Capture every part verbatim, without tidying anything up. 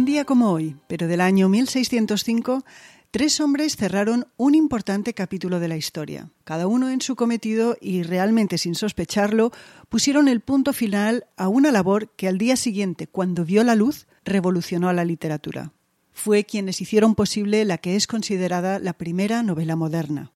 día como hoy, pero del año mil seiscientos cinco, tres hombres cerraron un importante capítulo de la historia. Cada uno en su cometido y realmente sin sospecharlo, pusieron el punto final a una labor que al día siguiente, cuando vio la luz, revolucionó a la literatura. Fue quienes hicieron posible la que es considerada la primera novela moderna.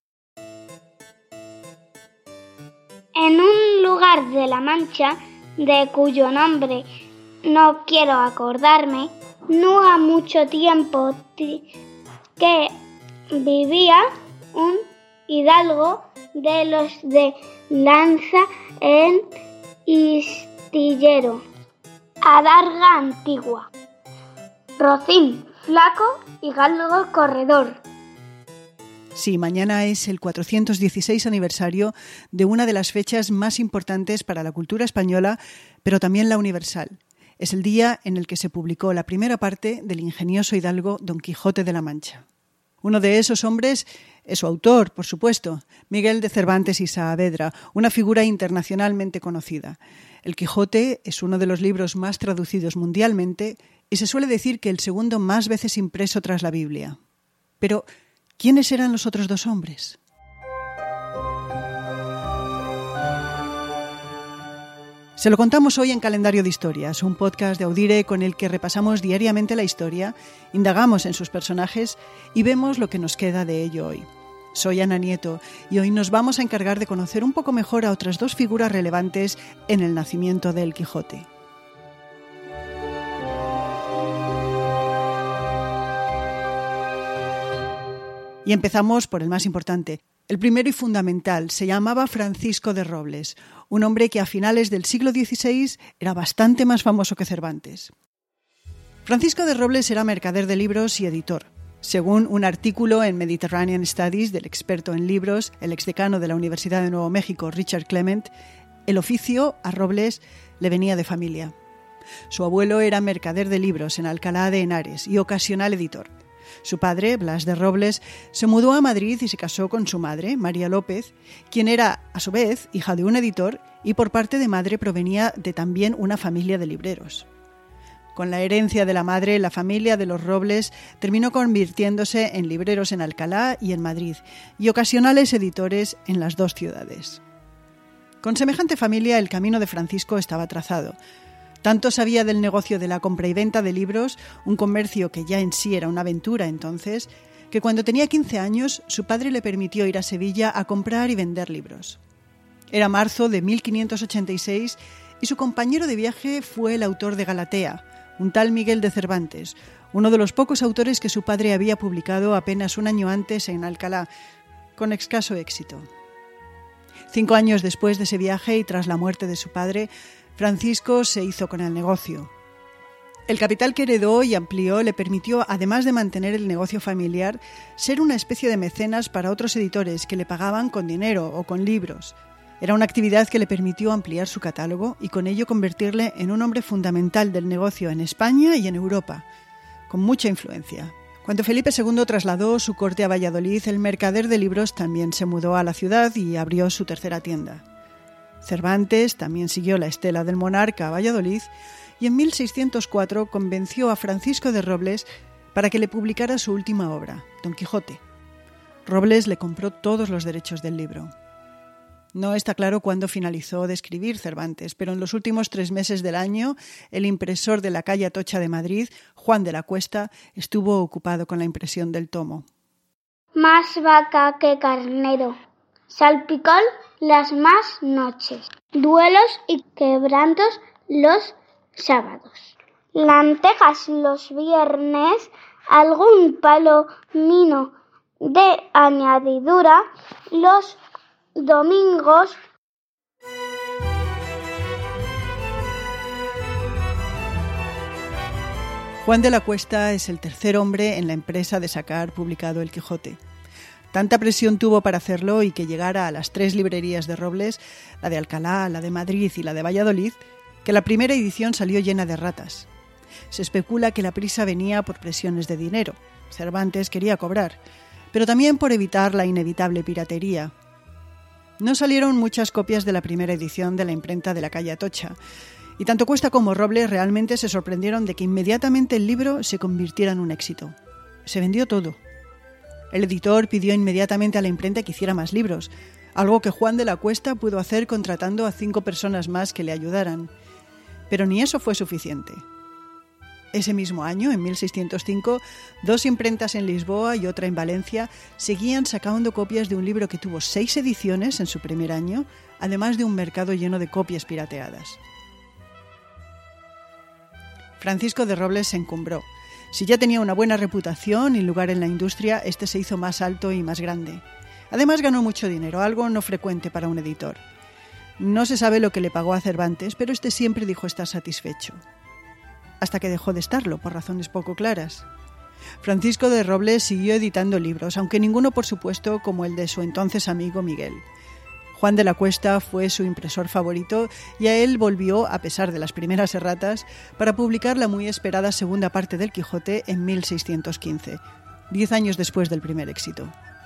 En un lugar de La Mancha, de cuyo nombre no quiero acordarme, no ha mucho tiempo que vivía un hidalgo de los de lanza en Istillero, adarga antigua, rocín flaco y galgo corredor. Sí, mañana es el cuatrocientos dieciséis aniversario de una de las fechas más importantes para la cultura española, pero también la universal. Es el día en el que se publicó la primera parte del ingenioso hidalgo Don Quijote de la Mancha. Uno de esos hombres es su autor, por supuesto, Miguel de Cervantes y Saavedra, una figura internacionalmente conocida. El Quijote es uno de los libros más traducidos mundialmente y se suele decir que el segundo más veces impreso tras la Biblia. Pero, ¿quiénes eran los otros dos hombres? Se lo contamos hoy en Calendario de Historias, un podcast de Audire con el que repasamos diariamente la historia, indagamos en sus personajes y vemos lo que nos queda de ello hoy. Soy Ana Nieto y hoy nos vamos a encargar de conocer un poco mejor a otras dos figuras relevantes en el nacimiento del Quijote. Y empezamos por el más importante. El primero y fundamental se llamaba Francisco de Robles, un hombre que a finales del siglo dieciséis era bastante más famoso que Cervantes. Francisco de Robles era mercader de libros y editor. Según un artículo en Mediterranean Studies del experto en libros, el exdecano de la Universidad de Nuevo México, Richard Clement, el oficio a Robles le venía de familia. Su abuelo era mercader de libros en Alcalá de Henares y ocasional editor. Su padre, Blas de Robles, se mudó a Madrid y se casó con su madre, María López, quien era, a su vez, hija de un editor y por parte de madre provenía de también una familia de libreros. Con la herencia de la madre, la familia de los Robles terminó convirtiéndose en libreros en Alcalá y en Madrid y ocasionales editores en las dos ciudades. Con semejante familia, el camino de Francisco estaba trazado. Tanto sabía del negocio de la compra y venta de libros, un comercio que ya en sí era una aventura entonces, que cuando tenía quince años su padre le permitió ir a Sevilla a comprar y vender libros. Era marzo de mil quinientos ochenta y seis y su compañero de viaje fue el autor de Galatea, un tal Miguel de Cervantes, uno de los pocos autores que su padre había publicado apenas un año antes en Alcalá, con escaso éxito. Cinco años después de ese viaje y tras la muerte de su padre, Francisco se hizo con el negocio. El capital que heredó y amplió le permitió, además de mantener el negocio familiar, ser una especie de mecenas para otros editores que le pagaban con dinero o con libros. Era una actividad que le permitió ampliar su catálogo y con ello convertirle en un hombre fundamental del negocio en España y en Europa, con mucha influencia. Cuando Felipe segundo trasladó su corte a Valladolid, el mercader de libros también se mudó a la ciudad y abrió su tercera tienda. Cervantes también siguió la estela del monarca a Valladolid y en mil seiscientos cuatro convenció a Francisco de Robles para que le publicara su última obra, Don Quijote. Robles le compró todos los derechos del libro. No está claro cuándo finalizó de escribir Cervantes, pero en los últimos tres meses del año, el impresor de la calle Atocha de Madrid, Juan de la Cuesta, estuvo ocupado con la impresión del tomo. Más vaca que carnero, salpicón las más noches, duelos y quebrantos los sábados, lentejas los viernes, algún palomino de añadidura los domingos. Juan de la Cuesta es el tercer hombre en la empresa de sacar publicado El Quijote. Tanta presión tuvo para hacerlo y que llegara a las tres librerías de Robles, la de Alcalá, la de Madrid y la de Valladolid, que la primera edición salió llena de ratas. Se especula que la prisa venía por presiones de dinero. Cervantes quería cobrar, pero también por evitar la inevitable piratería. No salieron muchas copias de la primera edición de la imprenta de la calle Atocha, Y tanto Cuesta como Robles realmente se sorprendieron de que inmediatamente el libro se convirtiera en un éxito. Se vendió todo. El editor pidió inmediatamente a la imprenta que hiciera más libros, algo que Juan de la Cuesta pudo hacer contratando a cinco personas más que le ayudaran. Pero ni eso fue suficiente. Ese mismo año, en mil seiscientos cinco, dos imprentas en Lisboa y otra en Valencia seguían sacando copias de un libro que tuvo seis ediciones en su primer año, además de un mercado lleno de copias pirateadas. Francisco de Robles se encumbró. Si ya tenía una buena reputación y lugar en la industria, este se hizo más alto y más grande. Además ganó mucho dinero, algo no frecuente para un editor. No se sabe lo que le pagó a Cervantes, pero este siempre dijo estar satisfecho. Hasta que dejó de estarlo, por razones poco claras. Francisco de Robles siguió editando libros, aunque ninguno, por supuesto, como el de su entonces amigo Miguel. Juan de la Cuesta fue su impresor favorito y a él volvió, a pesar de las primeras erratas, para publicar la muy esperada segunda parte del Quijote en mil seiscientos quince, diez años después del primer éxito.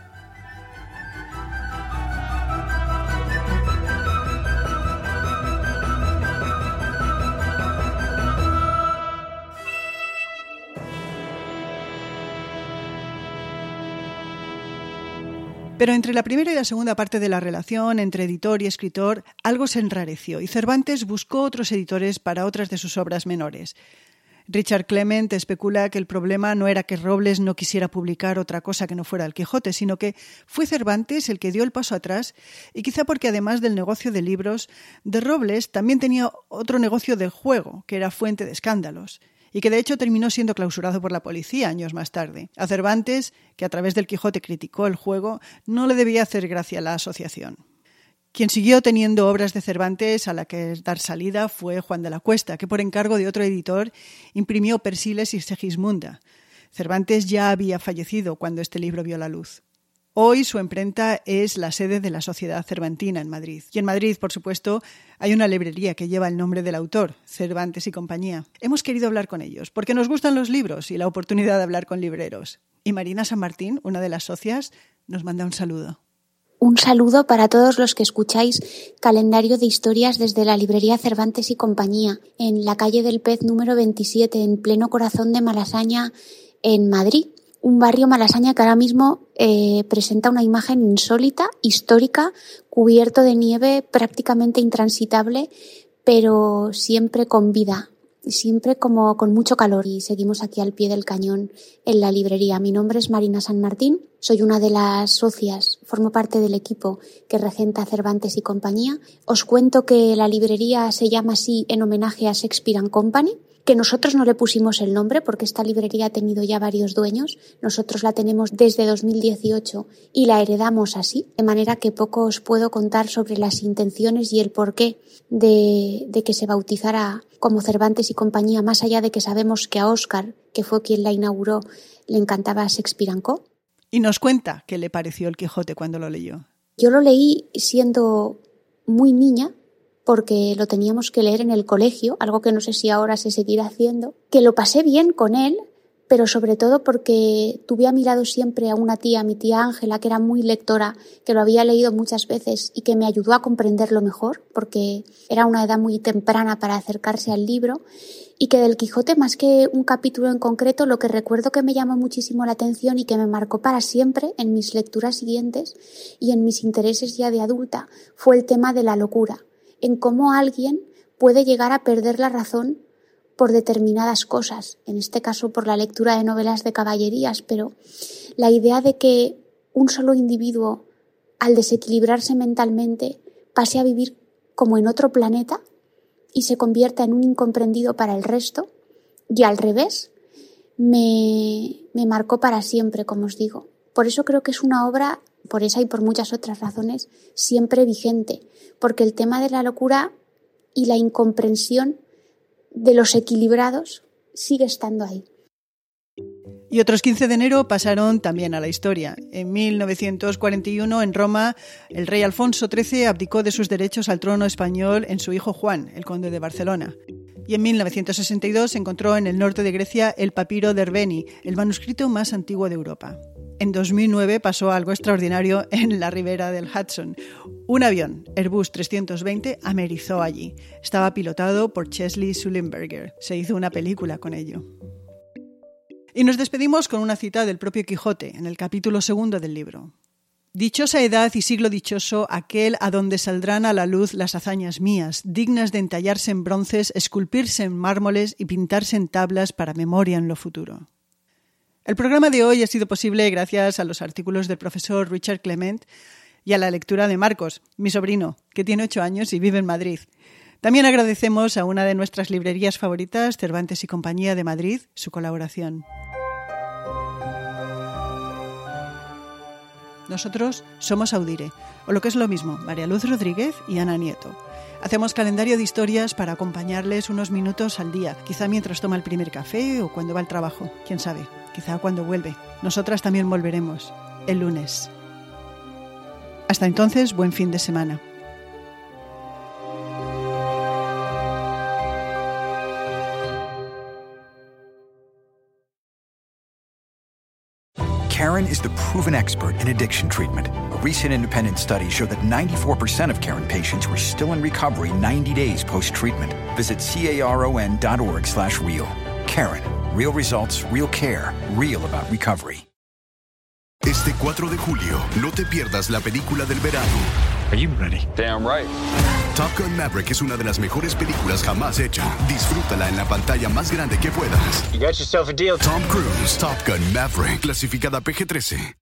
Pero entre la primera y la segunda parte de la relación entre editor y escritor, algo se enrareció y Cervantes buscó otros editores para otras de sus obras menores. Richard Clement especula que el problema no era que Robles no quisiera publicar otra cosa que no fuera el Quijote, sino que fue Cervantes el que dio el paso atrás y quizá porque además del negocio de libros, de Robles también tenía otro negocio del juego, que era fuente de escándalos, y que de hecho terminó siendo clausurado por la policía años más tarde. A Cervantes, que a través del Quijote criticó el juego, no le debía hacer gracia la asociación. Quien siguió teniendo obras de Cervantes a la que dar salida fue Juan de la Cuesta, que por encargo de otro editor imprimió Persiles y Segismunda. Cervantes ya había fallecido cuando este libro vio la luz. Hoy su imprenta es la sede de la Sociedad Cervantina en Madrid. Y en Madrid, por supuesto, hay una librería que lleva el nombre del autor, Cervantes y Compañía. Hemos querido hablar con ellos, porque nos gustan los libros y la oportunidad de hablar con libreros. Y Marina San Martín, una de las socias, nos manda un saludo. Un saludo para todos los que escucháis Calendario de Historias desde la librería Cervantes y Compañía, en la calle del Pez número veintisiete, en pleno corazón de Malasaña, en Madrid. Un barrio malasaña que ahora mismo eh, presenta una imagen insólita, histórica, cubierto de nieve, prácticamente intransitable, pero siempre con vida, siempre como con mucho calor. Y seguimos aquí al pie del cañón en la librería. Mi nombre es Marina San Martín, soy una de las socias, formo parte del equipo que regenta Cervantes y Compañía. Os cuento que la librería se llama así en homenaje a Shakespeare and Company, que nosotros no le pusimos el nombre porque esta librería ha tenido ya varios dueños. Nosotros la tenemos desde dos mil dieciocho y la heredamos así, de manera que poco os puedo contar sobre las intenciones y el porqué de, de que se bautizara como Cervantes y Compañía, más allá de que sabemos que a Óscar, que fue quien la inauguró, le encantaba Shakespeare and Co. Y nos cuenta qué le pareció el Quijote cuando lo leyó. Yo lo leí siendo muy niña, porque lo teníamos que leer en el colegio, algo que no sé si ahora se seguirá haciendo, que lo pasé bien con él, pero sobre todo porque tuve a mi lado siempre a una tía, mi tía Ángela, que era muy lectora, que lo había leído muchas veces y que me ayudó a comprenderlo mejor, porque era una edad muy temprana para acercarse al libro, y que del Quijote, más que un capítulo en concreto, lo que recuerdo que me llamó muchísimo la atención y que me marcó para siempre en mis lecturas siguientes y en mis intereses ya de adulta, fue el tema de la locura, en cómo alguien puede llegar a perder la razón por determinadas cosas, en este caso por la lectura de novelas de caballerías, pero la idea de que un solo individuo, al desequilibrarse mentalmente, pase a vivir como en otro planeta y se convierta en un incomprendido para el resto, y al revés, me, me marcó para siempre, como os digo. Por eso creo que es una obra, por esa y por muchas otras razones, siempre vigente, porque el tema de la locura y la incomprensión de los equilibrados sigue estando ahí. Y otros quince de enero pasaron también a la historia. En mil novecientos cuarenta y uno, en Roma, el rey Alfonso trece abdicó de sus derechos al trono español en su hijo Juan, el conde de Barcelona. Y en mil novecientos sesenta y dos se encontró en el norte de Grecia el papiro de Herbeni, el manuscrito más antiguo de Europa. En dos mil nueve pasó algo extraordinario en la ribera del Hudson. Un avión, Airbus trescientos veinte, amerizó allí. Estaba pilotado por Chesley Sullenberger. Se hizo una película con ello. Y nos despedimos con una cita del propio Quijote, en el capítulo segundo del libro. Dichosa edad y siglo dichoso aquel a donde saldrán a la luz las hazañas mías, dignas de entallarse en bronces, esculpirse en mármoles y pintarse en tablas para memoria en lo futuro. El programa de hoy ha sido posible gracias a los artículos del profesor Richard Clement y a la lectura de Marcos, mi sobrino, que tiene ocho años y vive en Madrid. También agradecemos a una de nuestras librerías favoritas, Cervantes y Compañía de Madrid, su colaboración. Nosotros somos Audire, o lo que es lo mismo, María Luz Rodríguez y Ana Nieto. Hacemos calendario de historias para acompañarles unos minutos al día, quizá mientras toma el primer café o cuando va al trabajo, quién sabe, quizá cuando vuelve. Nosotras también volveremos, el lunes. Hasta entonces, buen fin de semana. Karen is the proven expert in addiction treatment. A recent independent study showed that ninety-four percent of Karen patients were still in recovery ninety days post-treatment. Visit caron.org slash real. Karen, real results, real care, real about recovery. Este cuatro de julio, no te pierdas la película del verano. Are you ready? Damn right. Top Gun Maverick es una de las mejores películas jamás hecha. Disfrútala en la pantalla más grande que puedas. You got yourself a deal. Tom Cruise, Top Gun Maverick, clasificada P G trece.